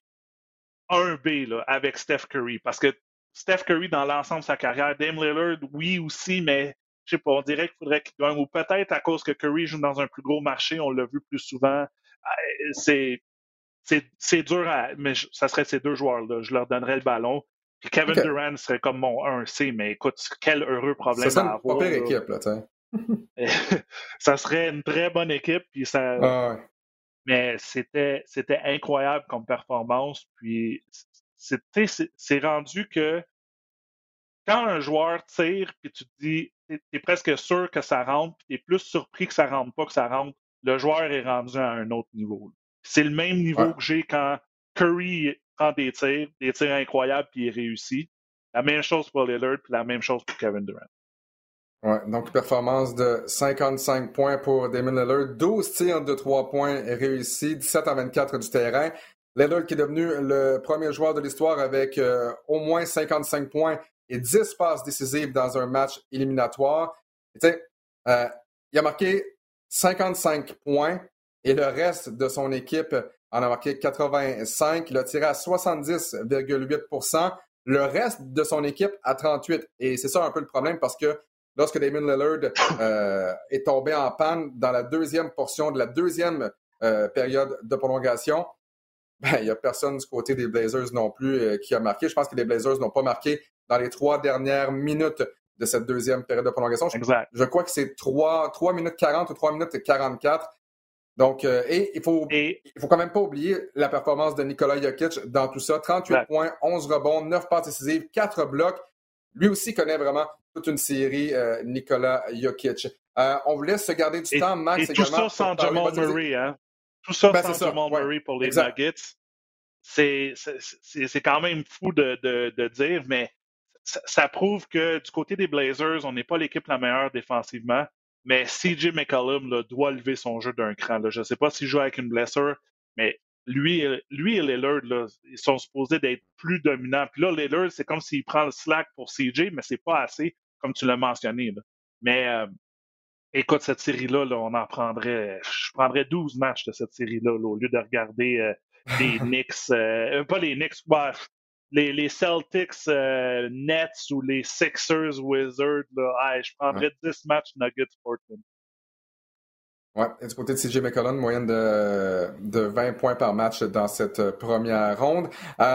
1B là, avec Steph Curry, parce que Steph Curry, dans l'ensemble de sa carrière, Dame Lillard, oui aussi, mais je sais pas, on dirait qu'il faudrait qu'il gagne, ou peut-être à cause que Curry joue dans un plus gros marché, on l'a vu plus souvent. C'est dur mais ça serait ces deux joueurs-là. Je leur donnerais le ballon. Puis Kevin Durant serait comme mon 1C, mais écoute, quel heureux problème ça serait à avoir. Une pas pire équipe, là, tu sais. Ça serait une très bonne équipe, puis ça. Mais c'était incroyable comme performance. Puis c'est rendu que quand un joueur tire, puis tu te dis, t'es presque sûr que ça rentre, puis t'es plus surpris que ça rentre pas que ça rentre, le joueur est rendu à un autre niveau. C'est le même niveau que j'ai quand Curry prend des tirs incroyables, puis il réussit. La même chose pour Lillard, puis la même chose pour Kevin Durant. Ouais, donc performance de 55 points pour Damian Lillard, 12 tirs de 3 points réussis, 17-24 du terrain. Lillard qui est devenu le premier joueur de l'histoire avec au moins 55 points et 10 passes décisives dans un match éliminatoire. Il a marqué 55 points et le reste de son équipe en a marqué 85. Il a tiré à 70,8%. Le reste de son équipe à 38%. Et c'est ça un peu le problème parce que lorsque Damian Lillard est tombé en panne dans la deuxième portion de la deuxième période de prolongation, il n'y a personne du côté des Blazers non plus qui a marqué. Je pense que les Blazers n'ont pas marqué dans les 3 dernières minutes de cette deuxième période de prolongation. Exact. Je crois que c'est 3 minutes 40 ou 3 minutes 44. Donc, et il faut quand même pas oublier la performance de Nikola Jokic dans tout ça. 38 points, 11 rebonds, 9 passes décisives, 4 blocs. Lui aussi connaît vraiment toute une série, Nikola Jokic. On vous laisse se garder du temps, Max. Et tout ça sans Jamal Murray, hein? Tout ça sans Jamal Murray pour les Nuggets. C'est quand même fou de dire, mais ça prouve que du côté des Blazers, on n'est pas l'équipe la meilleure défensivement, mais CJ McCollum là, doit lever son jeu d'un cran. Là. Je ne sais pas s'il joue avec une blessure, mais lui et Lillard, là, ils sont supposés d'être plus dominants. Puis là, Lillard, c'est comme s'il prend le slack pour CJ, mais c'est pas assez, comme tu l'as mentionné. Là. Mais écoute, cette série-là, là, je prendrais 12 matchs de cette série-là au lieu de regarder les Knicks, pas les Knicks, les Celtics Nets ou les Sixers Wizards. Là, je prendrais 10 matchs Nuggets Portland. Ouais, et du côté de CJ McCollum, moyenne de 20 points par match dans cette première ronde.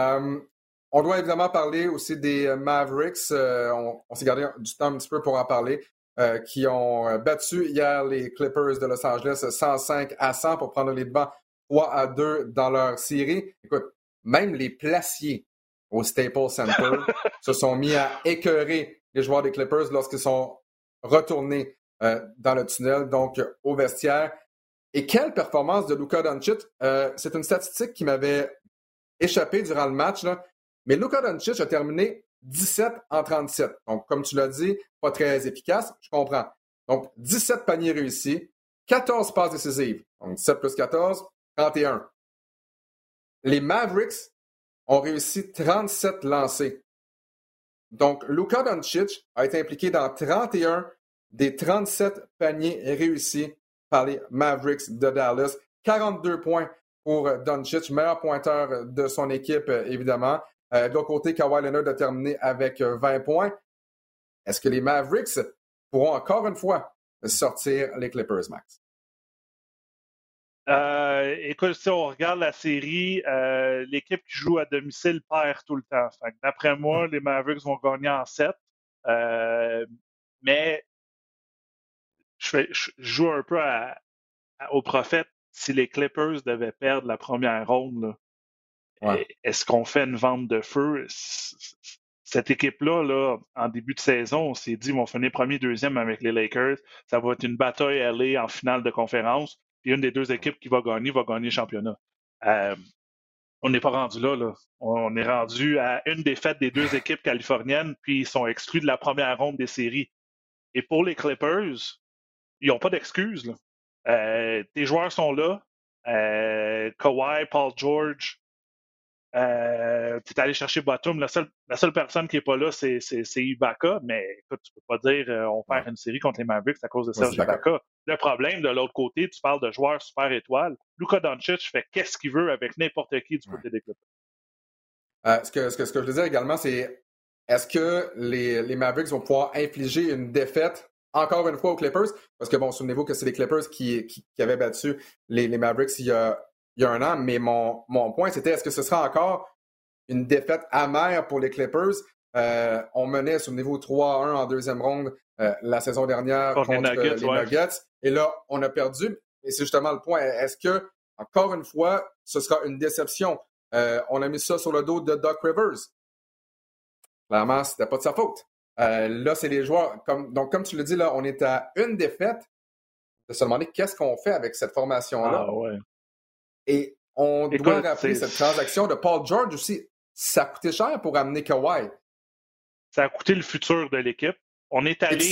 On doit évidemment parler aussi des Mavericks. On s'est gardé du temps un petit peu pour en parler. Qui ont battu hier les Clippers de Los Angeles 105-100 pour prendre les devants 3-2 dans leur série. Écoute, même les placiers au Staples Center se sont mis à écœurer les joueurs des Clippers lorsqu'ils sont retournés dans le tunnel, donc au vestiaire. Et quelle performance de Luka Doncic! C'est une statistique qui m'avait échappé durant le match, là. Mais Luka Doncic a terminé 17 en 37. Donc, comme tu l'as dit, pas très efficace, je comprends. Donc, 17 paniers réussis, 14 passes décisives. Donc, 17 plus 14, 31. Les Mavericks ont réussi 37 lancés. Donc, Luka Doncic a été impliqué dans 31 des 37 paniers réussis par les Mavericks de Dallas. 42 points pour Doncic, meilleur pointeur de son équipe, évidemment. De l'autre côté, Kawhi Leonard a terminé avec 20 points. Est-ce que les Mavericks pourront encore une fois sortir les Clippers, Max? Écoute, si on regarde la série, l'équipe qui joue à domicile perd tout le temps. Fait que d'après moi, les Mavericks vont gagner en 7. Mais je joue un peu au prophète. Si les Clippers devaient perdre la première ronde, là, Est-ce qu'on fait une vente de feu? Cette équipe-là, là, en début de saison, on s'est dit, ils vont finir premier, deuxième avec les Lakers. Ça va être une bataille LA en finale de conférence. Puis une des deux équipes qui va gagner le championnat. On n'est pas rendu là. On est rendu à une défaite des deux équipes californiennes, puis ils sont exclus de la première ronde des séries. Et pour les Clippers, ils n'ont pas d'excuses. Tes joueurs sont là. Kawhi, Paul George, tu es allé chercher Batum. La seule personne qui n'est pas là, c'est Ibaka. Mais écoute, tu peux pas dire on perd une série contre les Mavericks à cause de Serge Ibaka. Le problème, de l'autre côté, tu parles de joueurs super étoiles. Luka Doncic fait qu'est-ce qu'il veut avec n'importe qui du côté des Clippers. Ce que je veux dire également, c'est est-ce que les Mavericks vont pouvoir infliger une défaite encore une fois aux Clippers? Parce que, bon, souvenez-vous que c'est les Clippers qui avaient battu les Mavericks il y a un an, mais mon point, c'était est-ce que ce sera encore une défaite amère pour les Clippers? On menait, souvenez-vous, 3-1 en deuxième ronde la saison dernière contre les Nuggets. Et là, on a perdu. Et c'est justement le point. Est-ce que, encore une fois, ce sera une déception? On a mis ça sur le dos de Doc Rivers. Clairement, c'était pas de sa faute. Là, c'est les joueurs. Donc, comme tu le dis, là, on est à une défaite de se demander qu'est-ce qu'on fait avec cette formation-là. Ah, ouais. Et on doit rappeler cette transaction de Paul George aussi. Ça a coûté cher pour amener Kawhi. Ça a coûté le futur de l'équipe. On est allé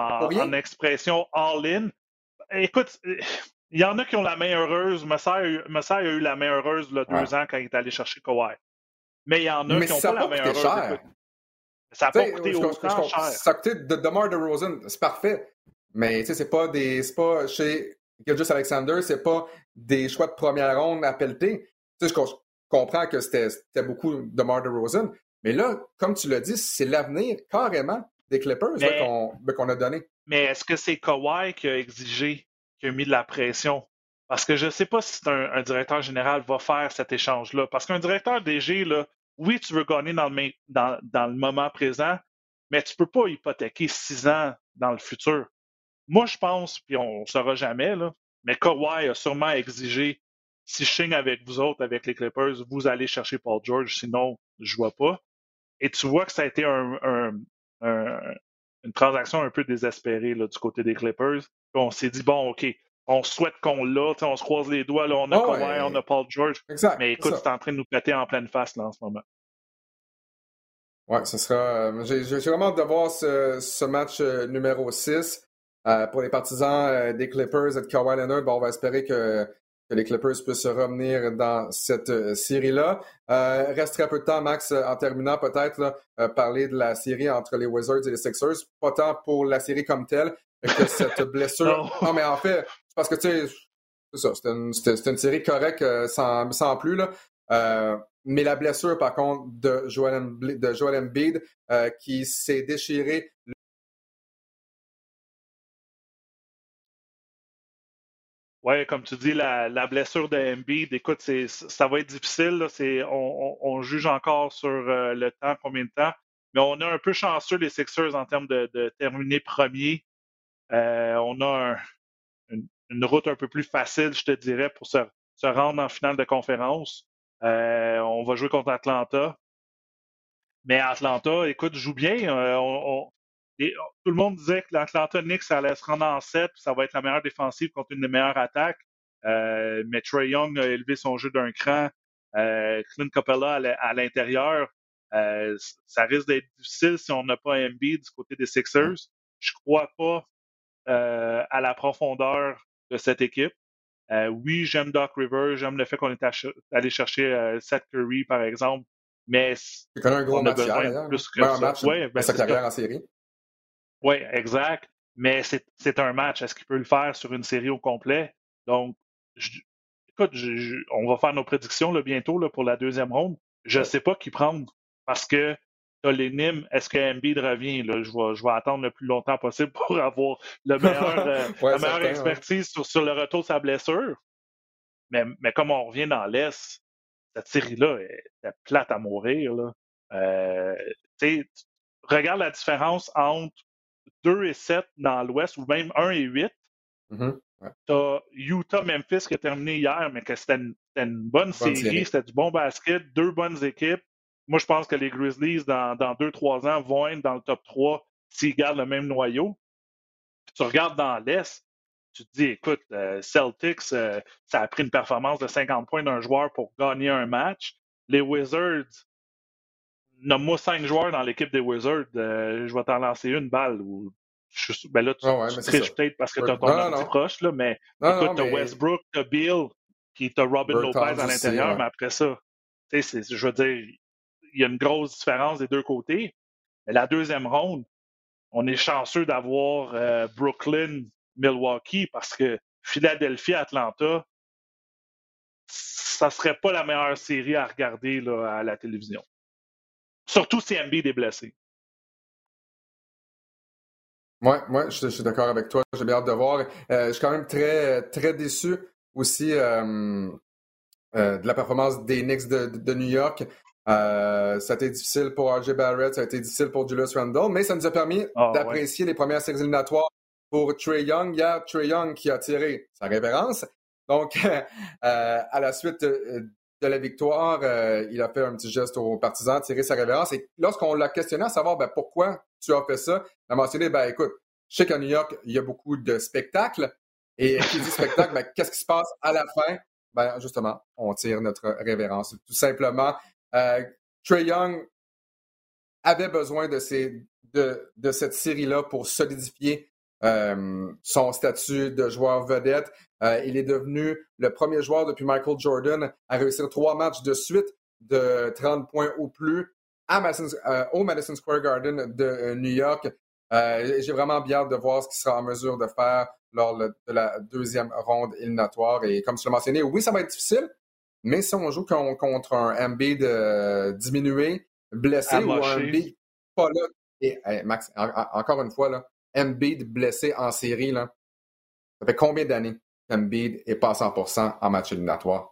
en expression all-in. Écoute, il y en a qui ont la main heureuse. Masai a eu la main heureuse là, 2 ans quand il est allé chercher Kawhi. Mais il y en a qui n'ont pas la main heureuse. Cher. Ça n'a pas coûté autant cher. Ça a coûté DeMar DeRozan, c'est parfait. Mais c'est pas chez Gilgeous Alexander, c'est pas des choix de première ronde à pelleter. Je comprends que c'était beaucoup DeMar DeRozan. Mais là, comme tu l'as dit, c'est l'avenir carrément des Clippers qu'on a donné. Mais est-ce que c'est Kawhi qui a exigé, qui a mis de la pression? Parce que je ne sais pas si un directeur général va faire cet échange-là. Parce qu'un directeur DG, là, oui, tu veux gagner dans le moment présent, mais tu ne peux pas hypothéquer 6 ans dans le futur. Moi, je pense, puis on ne saura jamais, là, mais Kawhi a sûrement exigé, si je signe avec vous autres, avec les Clippers, vous allez chercher Paul George, sinon, je ne vois pas. Et tu vois que ça a été une transaction un peu désespérée là, du côté des Clippers. Puis on s'est dit, bon, OK, on souhaite qu'on l'a, on se croise les doigts, là, on a Kawhi, on a Paul George. Exact, mais écoute, c'est en train de nous péter en pleine face là, en ce moment. Oui, ce sera. J'ai vraiment hâte de voir ce match numéro 6. Pour les partisans des Clippers et de Kawhi Leonard, on va espérer que les Clippers puissent revenir dans cette série-là. Reste très peu de temps, Max, en terminant peut-être, parler de la série entre les Wizards et les Sixers. Pas tant pour la série comme telle, que cette blessure. Non, mais en fait, parce que tu sais, c'est ça, c'était une série correcte sans plus, là. Mais la blessure, par contre, de Joel Embiid, qui s'est déchiré. Oui, comme tu dis, la blessure de Embiid, écoute, ça va être difficile. Là, on juge encore sur le temps, combien de temps. Mais on a un peu chanceux, les Sixers, en termes de terminer premier. On a une route un peu plus facile, je te dirais, pour se rendre en finale de conférence. On va jouer contre Atlanta. Mais Atlanta, écoute, joue bien. Tout le monde disait que l'Atlanta Knicks allait se rendre en 7, puis ça va être la meilleure défensive contre une des meilleures attaques. Mais Trae Young a élevé son jeu d'un cran. Clint Capella à l'intérieur. Ça risque d'être difficile si on n'a pas Embiid du côté des Sixers. Je ne crois pas à la profondeur de cette équipe. Oui, j'aime Doc Rivers, j'aime le fait qu'on est allé chercher Seth Curry, par exemple, mais c'est quand même un gros match hier, plus que ça. Match de sa carrière en série. Oui, exact. Mais c'est un match. Est-ce qu'il peut le faire sur une série au complet? Donc, écoute, on va faire nos prédictions là, bientôt là, pour la deuxième ronde. Je ne sais pas qui prendre parce que tu as l'énigme. Est-ce que Embiid revient? Là? Je vais attendre le plus longtemps possible pour avoir la meilleure expertise sur le retour de sa blessure. Mais comme on revient dans l'Est, cette série-là est plate à mourir. Là. Regarde la différence entre 2 et 7 dans l'Ouest, ou même 1 et 8. Mm-hmm. Ouais. T'as Utah-Memphis qui a terminé hier, mais que c'était une bonne série, c'était du bon basket, 2 bonnes équipes. Moi, je pense que les Grizzlies, dans 2-3 ans, vont être dans le top 3 s'ils gardent le même noyau. Puis tu regardes dans l'Est, tu te dis, écoute, Celtics, ça a pris une performance de 50 points d'un joueur pour gagner un match. Les Wizards, nomme-moi 5 joueurs dans l'équipe des Wizards, je vais t'en lancer une balle. Ben là, tu triches peut-être parce que tu as ton ordi proche, là, mais écoute, tu as Westbrook, tu as Beal, puis tu as Robin Lopez à l'intérieur, mais après ça, je veux dire, il y a une grosse différence des deux côtés. Mais la deuxième ronde, on est chanceux d'avoir Brooklyn, Milwaukee, parce que Philadelphie, Atlanta, ça serait pas la meilleure série à regarder là, à la télévision. Surtout si Embiid est blessé. Moi, je suis d'accord avec toi. J'ai bien hâte de voir. Je suis quand même très, très déçu aussi de la performance des Knicks de New York. Ça a été difficile pour R.J. Barrett, ça a été difficile pour Julius Randle, mais ça nous a permis d'apprécier les premières séries éliminatoires pour Trae Young. Il y a Trae Young qui a tiré sa révérence. Donc, à la suite de la victoire, il a fait un petit geste aux partisans, tiré sa révérence. Et lorsqu'on l'a questionné à savoir pourquoi tu as fait ça, il a mentionné, écoute, je sais qu'à New York, il y a beaucoup de spectacles. Et qui dit spectacle, qu'est-ce qui se passe à la fin? Justement, on tire notre révérence. Tout simplement, Trae Young avait besoin de cette série-là pour solidifier son statut de joueur vedette. Il est devenu le premier joueur depuis Michael Jordan à réussir 3 matchs de suite de 30 points ou plus au Madison Square Garden de New York. J'ai vraiment bien hâte de voir ce qu'il sera en mesure de faire lors de la deuxième ronde éliminatoire. Et comme tu l'as mentionné, oui, ça va être difficile, mais si on joue contre un Embiid diminué, blessé, ou un Embiid pas là, et Max, encore une fois, là, Embiid blessé en série, là, ça fait combien d'années qu'Embiid n'est pas à 100% en match éliminatoire?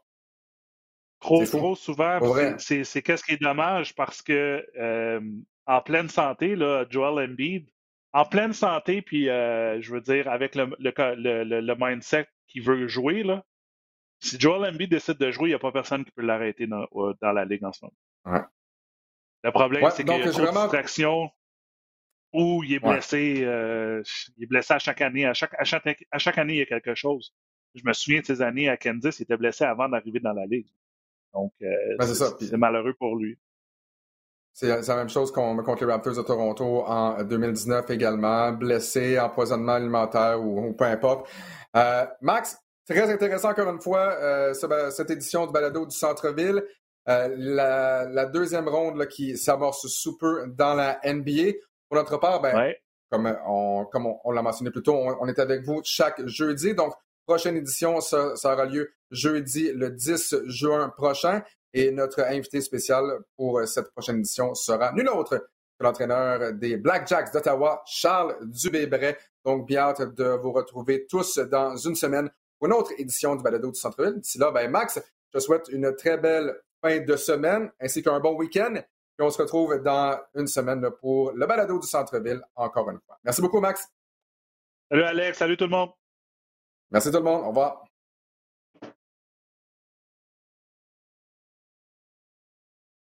Trop souvent. C'est qu'est-ce qui est dommage parce que en pleine santé, là, Joel Embiid, en pleine santé, puis je veux dire, avec le mindset qu'il veut jouer, là, si Joel Embiid décide de jouer, il n'y a pas personne qui peut l'arrêter dans la Ligue en ce moment. Ouais. Le problème, c'est qu'il y a trop de distractions ou il est blessé. Il est blessé à chaque année. À chaque année, il y a quelque chose. Je me souviens de ces années à Kansas, il était blessé avant d'arriver dans la Ligue. Donc, c'est malheureux pour lui. C'est la même chose contre les Raptors de Toronto en 2019 également. Blessé, empoisonnement alimentaire ou peu importe. Max, très intéressant encore une fois, cette édition du balado du Centre-Ville. La deuxième ronde là, qui s'amorce sous peu dans la NBA. Pour notre part, comme on l'a mentionné plus tôt, on est avec vous chaque jeudi. Donc, prochaine édition, ça aura lieu jeudi le 10 juin prochain. Et notre invité spécial pour cette prochaine édition sera nul autre que l'entraîneur des Blackjacks d'Ottawa, Charles Dubé-Bret. Donc, bien hâte de vous retrouver tous dans une semaine pour une autre édition du balado du Centre-Ville. D'ici là, Max, je te souhaite une très belle fin de semaine ainsi qu'un bon week-end. Puis on se retrouve dans une semaine pour le balado du Centre-Ville encore une fois. Merci beaucoup, Max. Salut, Alex. Salut tout le monde. Merci tout le monde. Au revoir.